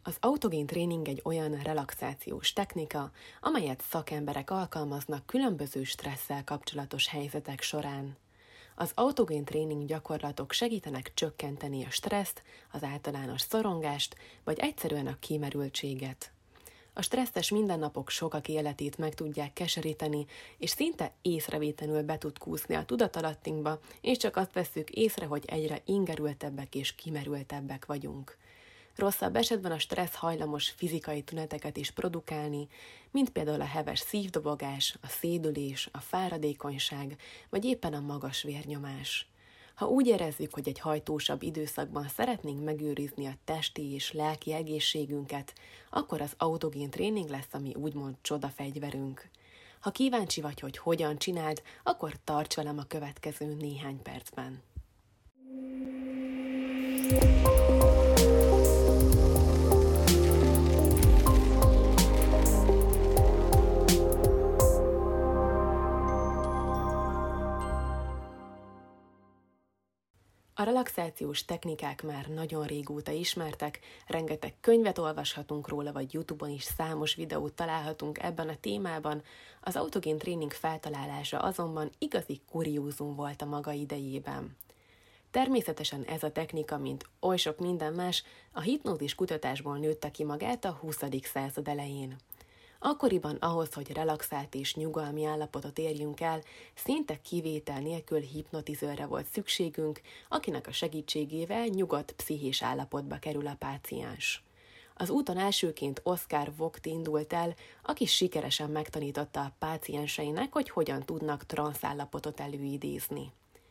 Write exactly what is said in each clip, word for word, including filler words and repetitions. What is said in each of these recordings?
Az autogén tréning egy olyan relaxációs technika, amelyet szakemberek alkalmaznak különböző stresszel kapcsolatos helyzetek során. Az autogén tréning gyakorlatok segítenek csökkenteni a stresszt, az általános szorongást, vagy egyszerűen a kimerültséget. A stresszes mindennapok sokak életét meg tudják keseríteni, és szinte észrevétlenül be tud kúszni a tudatalattinkba, és csak azt vesszük észre, hogy egyre ingerültebbek és kimerültebbek vagyunk. Rosszabb esetben a stressz hajlamos fizikai tüneteket is produkálni, mint például a heves szívdobogás, a szédülés, a fáradékonyság, vagy éppen a magas vérnyomás. Ha úgy érezzük, hogy egy hajtósabb időszakban szeretnénk megőrizni a testi és lelki egészségünket, akkor az autogén tréning lesz a mi úgymond csodafegyverünk. Ha kíváncsi vagy, hogy hogyan csináld, akkor tarts velem a következő néhány percben. A relaxációs technikák már nagyon régóta ismertek, rengeteg könyvet olvashatunk róla, vagy YouTube-on is számos videót találhatunk ebben a témában, az autogén tréning feltalálása azonban igazi kuriózum volt a maga idejében. Természetesen ez a technika, mint oly sok minden más, a hipnózis kutatásból nőtte ki magát a huszadik század elején. Akkoriban ahhoz, hogy relaxált és nyugalmi állapotot érjünk el, szinte kivétel nélkül hipnotizőrre volt szükségünk, akinek a segítségével nyugodt pszichés állapotba kerül a páciens. Az úton elsőként Oscar Vogt indult el, aki sikeresen megtanította a pácienseinek, hogy hogyan tudnak transzállapotot előidézni.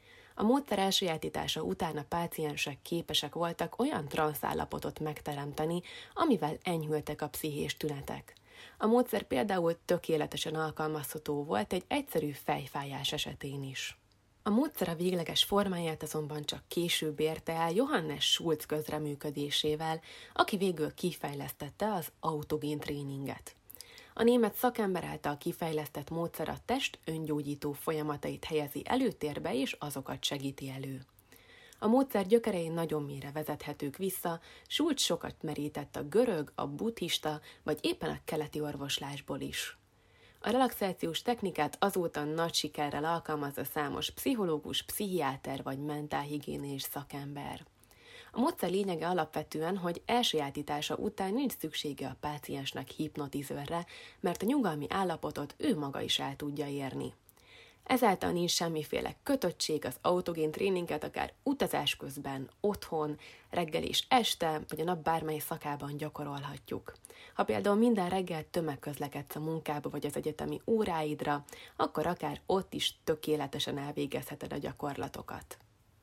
A módszer elsajátítása után a páciensek képesek voltak olyan transzállapotot megteremteni, amivel enyhültek a pszichés tünetek. A módszer például tökéletesen alkalmazható volt egy egyszerű fejfájás esetén is. A módszer a végleges formáját azonban csak később érte el Johannes Schultz közreműködésével, aki végül kifejlesztette az autogén tréninget. A német szakember által kifejlesztett módszer a test öngyógyító folyamatait helyezi előtérbe és azokat segíti elő. A módszer gyökerei nagyon mélyre vezethetők vissza, Schultz sokat merített a görög, a buddhista vagy éppen a keleti orvoslásból is. A relaxációs technikát azóta nagy sikerrel alkalmazza számos pszichológus, pszichiáter vagy mentálhigiénés szakember. A módszer lényege alapvetően, hogy elsajátítása után nincs szüksége a páciensnek hipnotizőrre, mert a nyugalmi állapotot ő maga is el tudja érni. Ezáltal nincs semmiféle kötöttség, az autogén tréninget akár utazás közben, otthon, reggel és este, vagy a nap bármely szakában gyakorolhatjuk. Ha például minden reggel tömegközlekedsz a munkába vagy az egyetemi óráidra, akkor akár ott is tökéletesen elvégezheted a gyakorlatokat.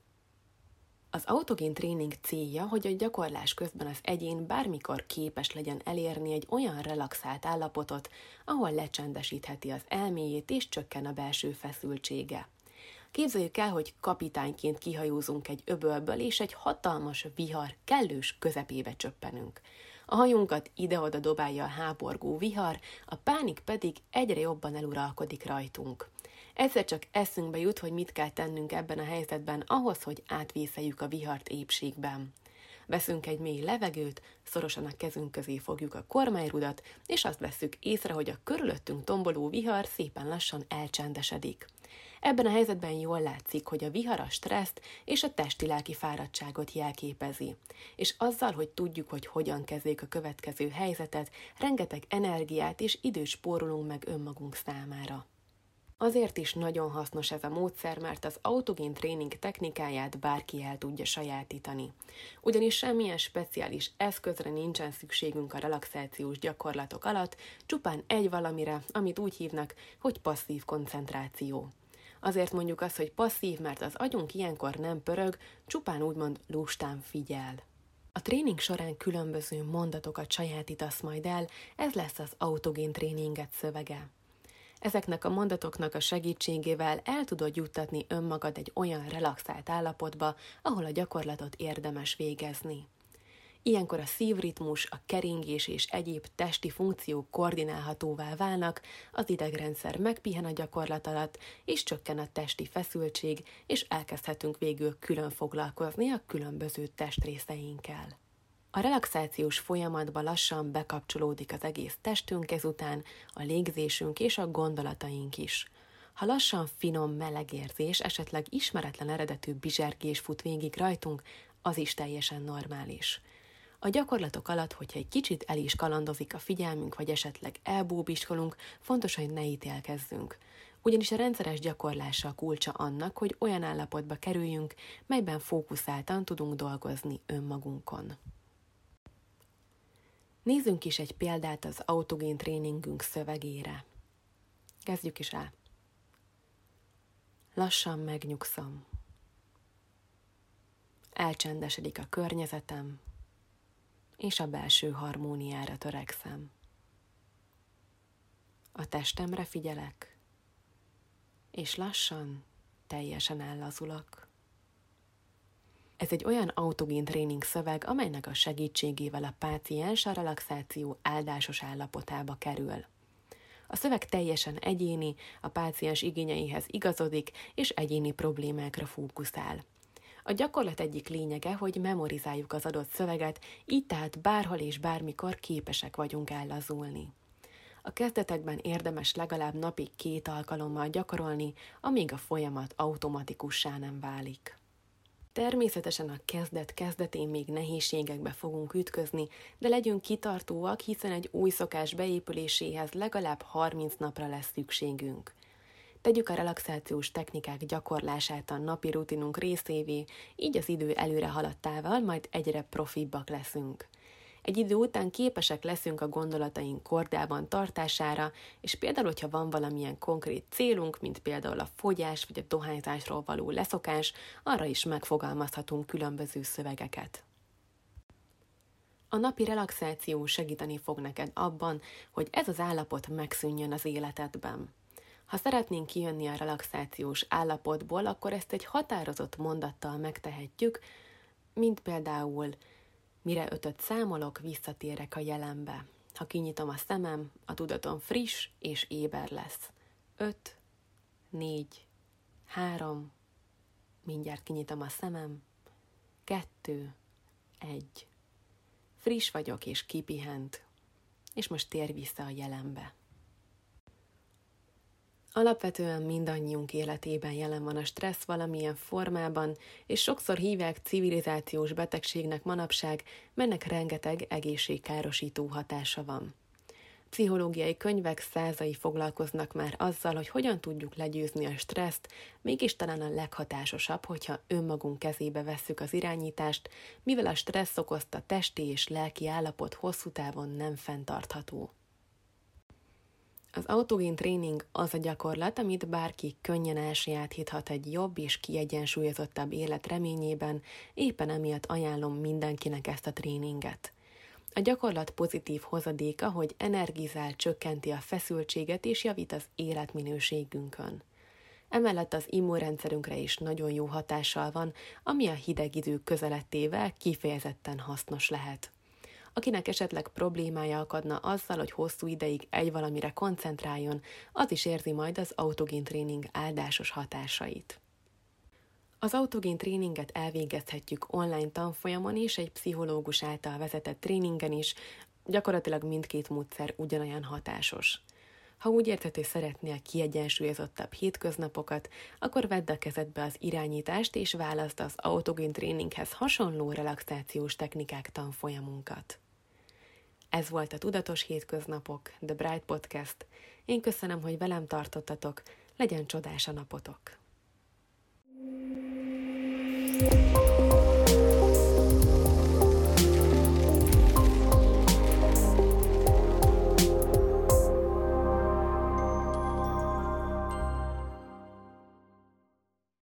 Az autogén tréning célja, hogy a gyakorlás közben az egyén bármikor képes legyen elérni egy olyan relaxált állapotot, ahol lecsendesítheti az elméjét és csökken a belső feszültsége. Képzeljük el, hogy kapitányként kihajózunk egy öbölből, és egy hatalmas vihar kellős közepébe csöppenünk. A hajunkat ide-oda dobálja a háborgó vihar, a pánik pedig egyre jobban eluralkodik rajtunk. Egyszer csak eszünkbe jut, hogy mit kell tennünk ebben a helyzetben ahhoz, hogy átvészeljük a vihart épségben. Veszünk egy mély levegőt, szorosan a kezünk közé fogjuk a kormányrudat, és azt vesszük észre, hogy a körülöttünk tomboló vihar szépen lassan elcsendesedik. Ebben a helyzetben jól látszik, hogy a vihar a stresszt és a testi-lelki fáradtságot jelképezi. És azzal, hogy tudjuk, hogy hogyan kezeljük a következő helyzetet, rengeteg energiát és időt spórolunk meg önmagunk számára. Azért is nagyon hasznos ez a módszer, mert az autogén tréning technikáját bárki el tudja sajátítani. Ugyanis semmilyen speciális eszközre nincsen szükségünk a relaxációs gyakorlatok alatt, csupán egy valamire, amit úgy hívnak, hogy passzív koncentráció. Azért mondjuk azt, hogy passzív, mert az agyunk ilyenkor nem pörög, csupán úgymond lustán figyel. A tréning során különböző mondatokat sajátítasz majd el, ez lesz az autogén tréninget szövege. Ezeknek a mondatoknak a segítségével el tudod juttatni önmagad egy olyan relaxált állapotba, ahol a gyakorlatot érdemes végezni. Ilyenkor a szívritmus, a keringés és egyéb testi funkciók koordinálhatóvá válnak, az idegrendszer megpihen a gyakorlat alatt, és csökken a testi feszültség, és elkezdhetünk végül külön foglalkozni a különböző testrészeinkkel. A relaxációs folyamatba lassan bekapcsolódik az egész testünk, ezután a légzésünk és a gondolataink is. Ha lassan finom, meleg érzés, esetleg ismeretlen eredetű bizsergés fut végig rajtunk, az is teljesen normális. A gyakorlatok alatt, hogyha egy kicsit el is kalandozik a figyelmünk, vagy esetleg elbóbiskolunk, fontos, hogy ne ítélkezzünk. Ugyanis a rendszeres gyakorlása a kulcsa annak, hogy olyan állapotba kerüljünk, melyben fókuszáltan tudunk dolgozni önmagunkon. Nézzünk is egy példát az autogén tréningünk szövegére. Kezdjük is el. Lassan megnyugszom. Elcsendesedik a környezetem, és a belső harmóniára törekszem. A testemre figyelek, és lassan teljesen ellazulok. Ez egy olyan autogén tréning szöveg, amelynek a segítségével a páciens a relaxáció áldásos állapotába kerül. A szöveg teljesen egyéni, a páciens igényeihez igazodik, és egyéni problémákra fókuszál. A gyakorlat egyik lényege, hogy memorizáljuk az adott szöveget, így tehát bárhol és bármikor képesek vagyunk ellazulni. A kezdetekben érdemes legalább napi két alkalommal gyakorolni, amíg a folyamat automatikussá nem válik. Természetesen a kezdet kezdetén még nehézségekbe fogunk ütközni, de legyünk kitartóak, hiszen egy új szokás beépüléséhez legalább harminc napra lesz szükségünk. Tegyük a relaxációs technikák gyakorlását a napi rutinunk részévé, így az idő előre haladtával majd egyre profibbak leszünk. Egy idő után képesek leszünk a gondolataink kordában tartására, és például, hogyha van valamilyen konkrét célunk, mint például a fogyás vagy a dohányzásról való leszokás, arra is megfogalmazhatunk különböző szövegeket. A napi relaxáció segíteni fog neked abban, hogy ez az állapot megszűnjön az életedben. Ha szeretnénk kijönni a relaxációs állapotból, akkor ezt egy határozott mondattal megtehetjük, mint például: mire ötöt számolok, visszatérek a jelenbe. Ha kinyitom a szemem, a tudatom friss és éber lesz. Öt, négy, három, mindjárt kinyitom a szemem, kettő, egy. Friss vagyok és kipihent, és most térj vissza a jelenbe. Alapvetően mindannyiunk életében jelen van a stressz valamilyen formában, és sokszor hívják civilizációs betegségnek manapság, melynek rengeteg egészségkárosító hatása van. Pszichológiai könyvek százai foglalkoznak már azzal, hogy hogyan tudjuk legyőzni a stresszt, mégis talán a leghatásosabb, hogyha önmagunk kezébe vesszük az irányítást, mivel a stressz okozta testi és lelki állapot hosszú távon nem fenntartható. Az autogén tréning az a gyakorlat, amit bárki könnyen elsajátíthat egy jobb és kiegyensúlyozottabb élet reményében, éppen emiatt ajánlom mindenkinek ezt a tréninget. A gyakorlat pozitív hozadéka, hogy energizál, csökkenti a feszültséget és javít az életminőségünkön. Emellett az immunrendszerünkre is nagyon jó hatással van, ami a hideg idők közelettével kifejezetten hasznos lehet. Akinek esetleg problémája akadna azzal, hogy hosszú ideig egy valamire koncentráljon, az is érzi majd az autogén tréning áldásos hatásait. Az autogén tréninget elvégezhetjük online tanfolyamon és egy pszichológus által vezetett tréningen is, gyakorlatilag mindkét módszer ugyanolyan hatásos. Ha úgy érzed, hogy szeretnél kiegyensúlyozottabb hétköznapokat, akkor vedd a kezedbe az irányítást és válaszd az autogén tréninghez hasonló relaxációs technikák tanfolyamunkat. Ez volt a Tudatos Hétköznapok, The Bright Podcast. Én köszönöm, hogy velem tartottatok, legyen csodás a napotok!